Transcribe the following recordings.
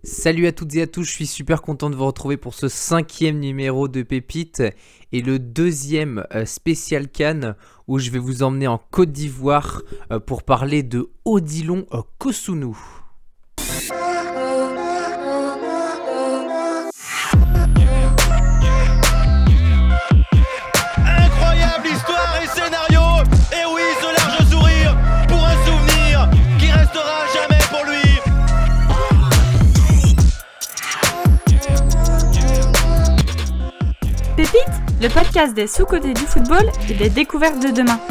Salut à toutes et à tous, je suis super content de vous retrouver pour ce 5e numéro de Pépite et le deuxième spécial Cannes où je vais vous emmener en Côte d'Ivoire pour parler de Odilon Kosunu. Incroyable histoire et scénario. Et oui, ce large sourire pour un souvenir qui restera jamais pour lui. Pépite, le podcast des sous-côtés du football et des découvertes de demain.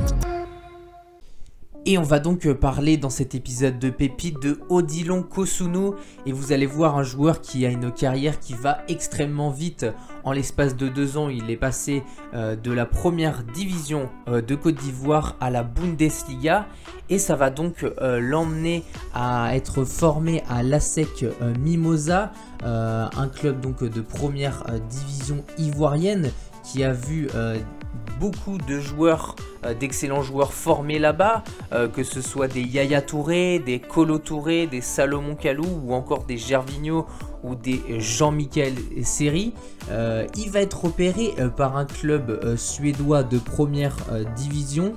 Et on va donc parler dans cet épisode de Pépite de Odilon Kosunu. Et vous allez voir un joueur qui a une carrière qui va extrêmement vite. En l'espace de 2 ans, il est passé de la première division de Côte d'Ivoire à la Bundesliga. Et ça va donc l'emmener à être formé à l'ASEC Mimosa, un club donc de première division ivoirienne qui a vu beaucoup de joueurs, d'excellents joueurs formés là-bas, que ce soit des Yaya Touré, des Kolo Touré, des Salomon Kalou ou encore des Gervinho ou des Jean-Michel Seri. Il va être opéré par un club suédois de première division,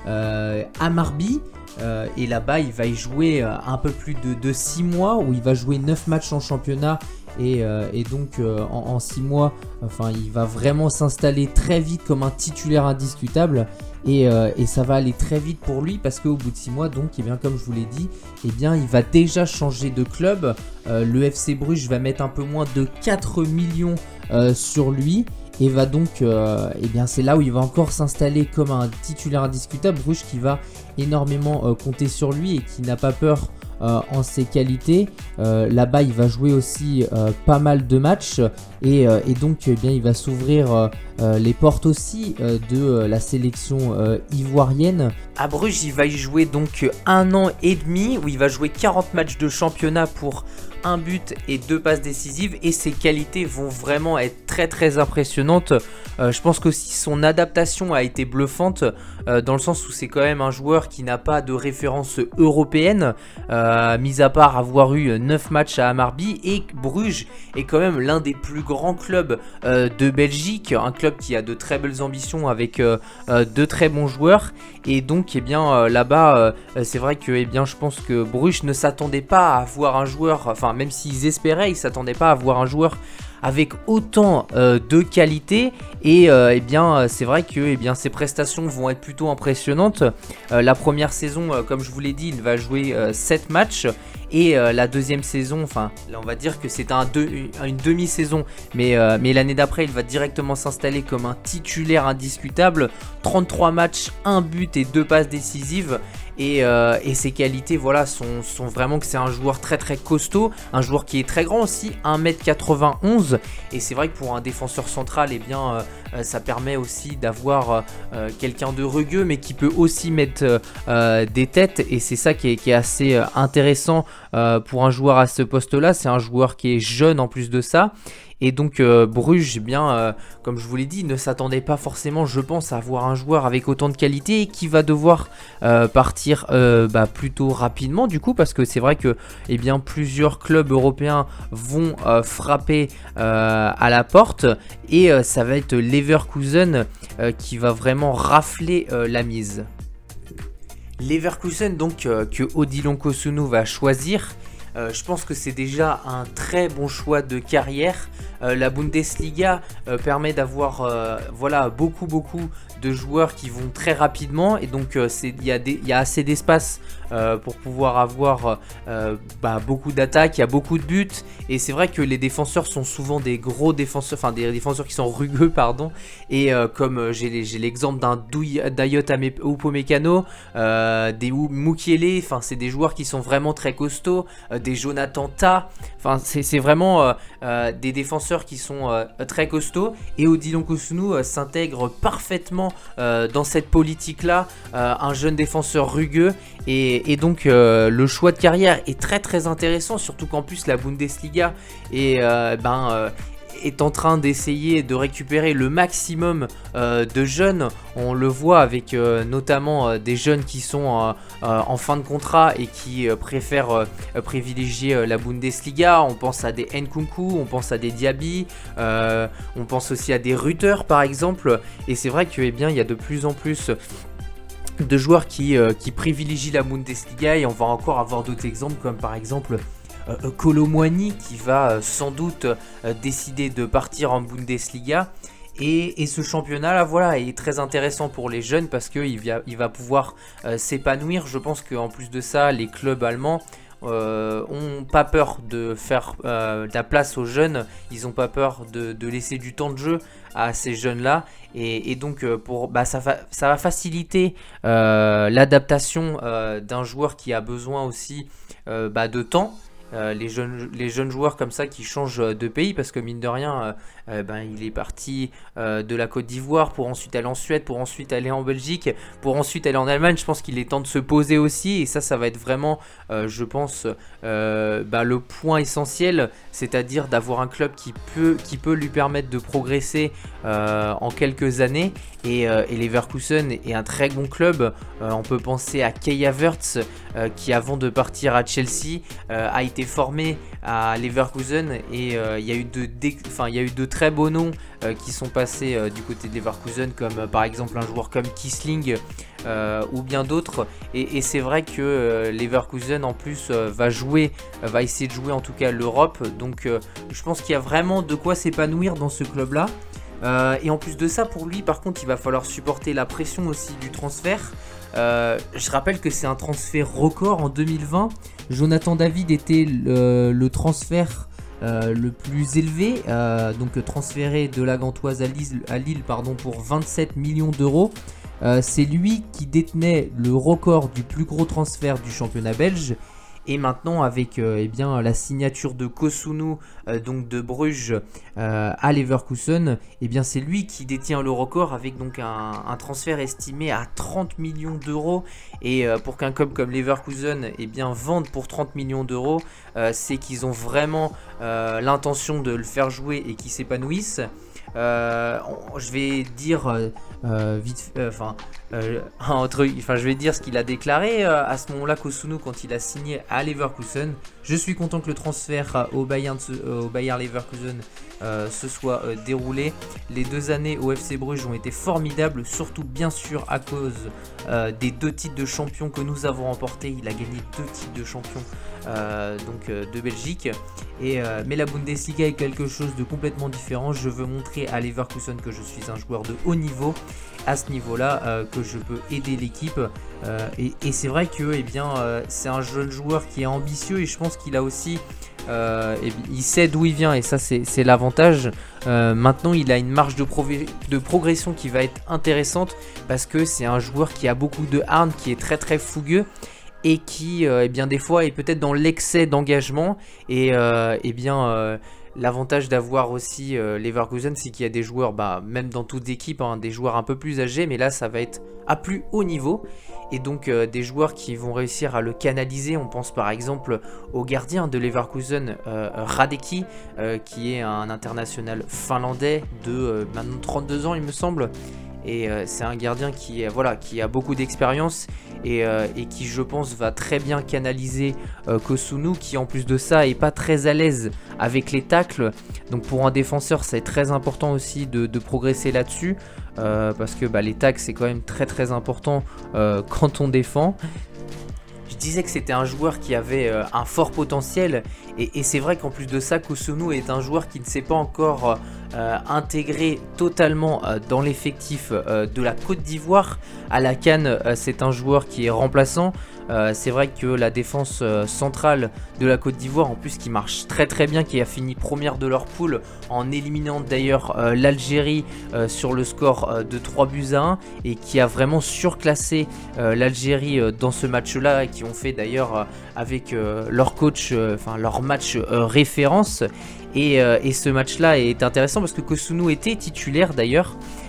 Hammarby. Et là-bas il va y jouer un peu plus de 6 mois où il va jouer 9 matchs en championnat et donc en 6 mois il va vraiment s'installer très vite comme un titulaire indiscutable et ça va aller très vite pour lui parce qu'au bout de 6 mois donc comme je vous l'ai dit il va déjà changer de club. Le FC Bruges va mettre un peu moins de 4 millions sur lui. Et va donc, c'est là où il va encore s'installer comme un titulaire indiscutable. Bruges qui va énormément compter sur lui et qui n'a pas peur en ses qualités. Là-bas, il va jouer aussi pas mal de matchs et donc il va s'ouvrir les portes aussi de la sélection ivoirienne. À Bruges, il va y jouer donc 1 an et demi où il va jouer 40 matchs de championnat pour 1 but et 2 passes décisives et ses qualités vont vraiment être très très impressionnantes. Je pense qu'aussi son adaptation a été bluffante dans le sens où c'est quand même un joueur qui n'a pas de référence européenne, mis à part avoir eu 9 matchs à Hammarby, et Bruges est quand même l'un des plus grands clubs de Belgique, un club qui a de très belles ambitions avec de très bons joueurs et donc là-bas c'est vrai que je pense que Bruges ne s'attendait pas à avoir un joueur, même s'ils espéraient, ils ne s'attendaient pas à avoir un joueur avec autant de qualité et c'est vrai que ses prestations vont être plutôt impressionnantes. La première saison, comme je vous l'ai dit, il va jouer 7 matchs et la deuxième saison, là on va dire que c'est une demi-saison, mais l'année d'après il va directement s'installer comme un titulaire indiscutable. 33 matchs, 1 but et 2 passes décisives. Et ses qualités sont vraiment que c'est un joueur très très costaud, un joueur qui est très grand aussi, 1m91, et c'est vrai que pour un défenseur central ça permet aussi d'avoir quelqu'un de rugueux mais qui peut aussi mettre des têtes, et c'est ça qui est assez intéressant pour un joueur à ce poste là. C'est un joueur qui est jeune en plus de ça. Et donc Bruges, comme je vous l'ai dit, ne s'attendait pas forcément, je pense, à avoir un joueur avec autant de qualité et qui va devoir partir plutôt rapidement du coup, parce que c'est vrai que plusieurs clubs européens vont frapper à la porte et ça va être Leverkusen qui va vraiment rafler la mise. Leverkusen donc que Odilon Kosunu va choisir. Je pense que c'est déjà un très bon choix de carrière. La Bundesliga permet d'avoir beaucoup de joueurs qui vont très rapidement et donc il y a assez d'espace pour pouvoir avoir beaucoup d'attaques, il y a beaucoup de buts, et c'est vrai que les défenseurs sont souvent des gros défenseurs, des défenseurs qui sont rugueux et comme j'ai l'exemple d'un Dayot Upamecano, des Mukiele, c'est des joueurs qui sont vraiment très costauds, des Jonathan Tah, c'est vraiment des défenseurs qui sont très costauds, et Odilon Kosunu s'intègre parfaitement dans cette politique là, un jeune défenseur rugueux, et donc le choix de carrière est très très intéressant, surtout qu'en plus la Bundesliga est en train d'essayer de récupérer le maximum de jeunes. On le voit avec notamment des jeunes qui sont en fin de contrat et qui préfèrent privilégier la Bundesliga. On pense à des Nkunku, on pense à des Diaby, on pense aussi à des Rutter par exemple. Et c'est vrai que il y a de plus en plus de joueurs qui privilégient la Bundesliga, et on va encore avoir d'autres exemples comme par exemple Kolo Muani qui va sans doute décider de partir en Bundesliga. Et ce championnat là, voilà, est très intéressant pour les jeunes parce qu'il va pouvoir s'épanouir. Je pense qu'en plus de ça, les clubs allemands ont pas peur de faire de la place aux jeunes. Ils n'ont pas peur de laisser du temps de jeu à ces jeunes là, et donc ça va faciliter l'adaptation d'un joueur qui a besoin aussi de temps. Les jeunes joueurs comme ça qui changent de pays, parce que mine de rien il est parti de la Côte d'Ivoire pour ensuite aller en Suède, pour ensuite aller en Belgique, pour ensuite aller en Allemagne. Je pense qu'il est temps de se poser aussi, et ça va être vraiment je pense le point essentiel, c'est-à-dire d'avoir un club qui peut lui permettre de progresser en quelques années. Et Leverkusen est un très bon club. On peut penser à Kai Havertz qui avant de partir à Chelsea a été formé à Leverkusen, et il y a eu de très beaux noms qui sont passés du côté de Leverkusen, comme par exemple un joueur comme Kiesling ou bien d'autres, et c'est vrai que Leverkusen en plus va essayer de jouer en tout cas l'Europe, donc je pense qu'il y a vraiment de quoi s'épanouir dans ce club là. Et en plus de ça, pour lui par contre il va falloir supporter la pression aussi du transfert. Je rappelle que c'est un transfert record en 2020. Jonathan David était le transfert le plus élevé, donc transféré de la Gantoise à Lille pour 27 millions d'euros. C'est lui qui détenait le record du plus gros transfert du championnat belge. Et maintenant avec la signature de Kosunu, donc de Bruges à Leverkusen, c'est lui qui détient le record avec donc un transfert estimé à 30 millions d'euros. Et pour qu'un club comme Leverkusen vende pour 30 millions d'euros, c'est qu'ils ont vraiment l'intention de le faire jouer et qu'il s'épanouisse. Je vais dire je vais dire ce qu'il a déclaré à ce moment-là, Kosunu, quand il a signé à Leverkusen. Je suis content que le transfert au Bayer Leverkusen se soit déroulé. Les 2 années au FC Bruges ont été formidables, surtout bien sûr à cause des 2 titres de champion que nous avons remportés. Il a gagné 2 titres de champion de Belgique. Mais la Bundesliga est quelque chose de complètement différent. Je veux montrer à Leverkusen que je suis un joueur de haut niveau, à ce niveau-là, que je peux aider l'équipe. Et c'est vrai que c'est un jeune joueur qui est ambitieux, et je pense qu'il a aussi il sait d'où il vient, et ça c'est l'avantage. Maintenant il a une marge de progression qui va être intéressante, parce que c'est un joueur qui a beaucoup de hargne, qui est très très fougueux, et qui des fois est peut-être dans l'excès d'engagement. Et l'avantage d'avoir aussi Leverkusen, c'est qu'il y a des joueurs, même dans toute équipe, des joueurs un peu plus âgés, mais là ça va être à plus haut niveau, et donc des joueurs qui vont réussir à le canaliser. On pense par exemple au gardien de Leverkusen, Radecki, qui est un international finlandais de maintenant 32 ans il me semble. Et c'est un gardien qui a beaucoup d'expérience, et qui je pense va très bien canaliser Kosunu, qui en plus de ça est pas très à l'aise avec les tacles. Donc pour un défenseur c'est très important aussi de progresser là-dessus, parce que les tacles c'est quand même très très important quand on défend. Je disais que c'était un joueur qui avait un fort potentiel, et c'est vrai qu'en plus de ça, Kosunu est un joueur qui ne s'est pas encore intégré totalement dans l'effectif de la Côte d'Ivoire. À la CAN, c'est un joueur qui est remplaçant. C'est vrai que la défense centrale de la Côte d'Ivoire, en plus qui marche très très bien, qui a fini première de leur poule en éliminant d'ailleurs l'Algérie sur le score de 3-1, et qui a vraiment surclassé l'Algérie dans ce match-là, et qui ont fait d'ailleurs avec leur coach, leur match référence. Et ce match-là est intéressant parce que Kosunu était titulaire d'ailleurs.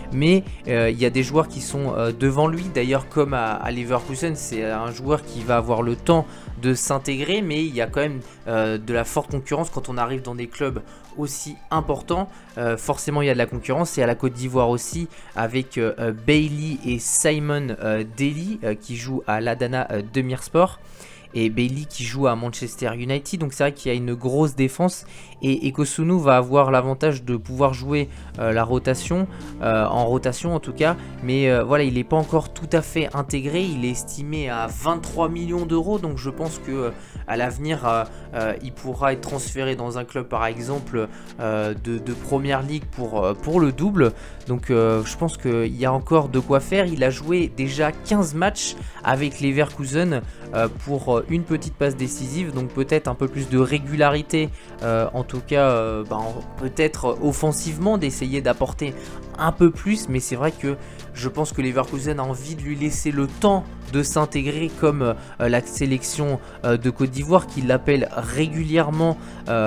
mais il y a des joueurs qui sont devant lui. D'ailleurs, comme à Leverkusen, c'est un joueur qui va avoir le temps de s'intégrer, mais il y a quand même de la forte concurrence quand on arrive dans des clubs aussi importants. Forcément, il y a de la concurrence, et à la Côte d'Ivoire aussi, avec Bailey et Simon Daly qui jouent à l'Adana Demirspor, et Bailey qui joue à Manchester United. Donc c'est vrai qu'il y a une grosse défense, et Kosunu va avoir l'avantage de pouvoir jouer la rotation, en rotation en tout cas, mais voilà, il n'est pas encore tout à fait intégré. Il est estimé à 23 millions d'euros, donc je pense que à l'avenir il pourra être transféré dans un club par exemple de Première Ligue pour le double. Donc je pense qu'il y a encore de quoi faire. Il a joué déjà 15 matchs avec Leverkusen pour une petite passe décisive, donc peut-être un peu plus de régularité, en tout cas peut-être offensivement, d'essayer d'apporter un peu plus. Mais c'est vrai que je pense que Leverkusen a envie de lui laisser le temps de s'intégrer, comme la sélection de Côte d'Ivoire qui l'appelle régulièrement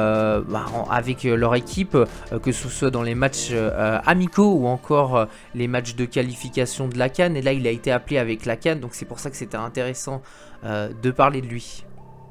avec leur équipe, que ce soit dans les matchs amicaux ou encore les matchs de qualification de la CAN. Et là il a été appelé avec la CAN, donc c'est pour ça que c'était intéressant de parler de lui.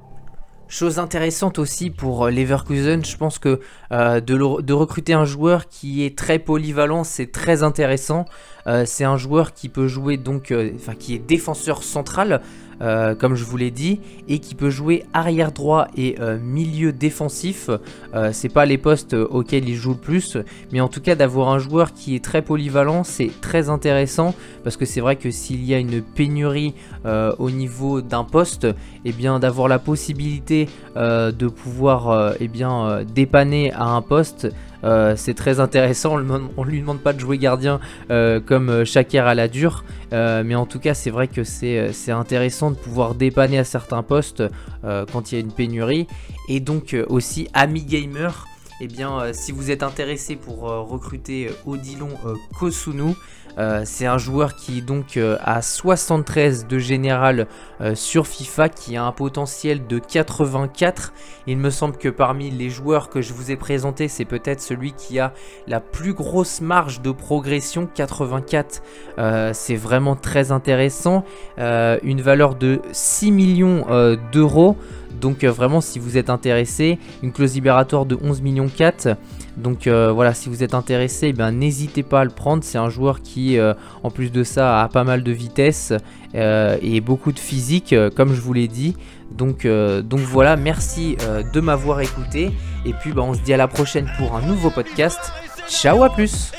Chose intéressante aussi pour Leverkusen, je pense que de recruter un joueur qui est très polyvalent, c'est très intéressant. C'est un joueur qui peut jouer donc, qui est défenseur central, comme je vous l'ai dit, et qui peut jouer arrière droit et milieu défensif. C'est pas les postes auxquels il joue le plus, mais en tout cas d'avoir un joueur qui est très polyvalent, c'est très intéressant, parce que c'est vrai que s'il y a une pénurie au niveau d'un poste, et bien d'avoir la possibilité de pouvoir dépanner à un poste, c'est très intéressant. On lui demande pas de jouer gardien comme Shaker à la dure, mais en tout cas c'est vrai que c'est intéressant de pouvoir dépanner à certains postes quand il y a une pénurie. Et donc aussi Ami Gamer, si vous êtes intéressé pour recruter Odilon Kosunu, c'est un joueur qui donc a 73 de général sur FIFA, qui a un potentiel de 84. Il me semble que parmi les joueurs que je vous ai présentés, c'est peut-être celui qui a la plus grosse marge de progression. 84, c'est vraiment très intéressant. Une valeur de 6 millions d'euros. Donc vraiment, si vous êtes intéressé, une clause libératoire de 11 millions 4. Donc voilà, si vous êtes intéressé, n'hésitez pas à le prendre. C'est un joueur qui, en plus de ça, a pas mal de vitesse et beaucoup de physique, comme je vous l'ai dit. Donc voilà, merci de m'avoir écouté. Et puis on se dit à la prochaine pour un nouveau podcast. Ciao, à plus.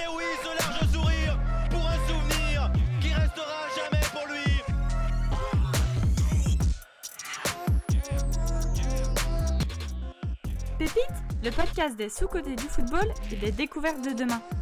Pépite, le podcast des sous-côtés du football et des découvertes de demain.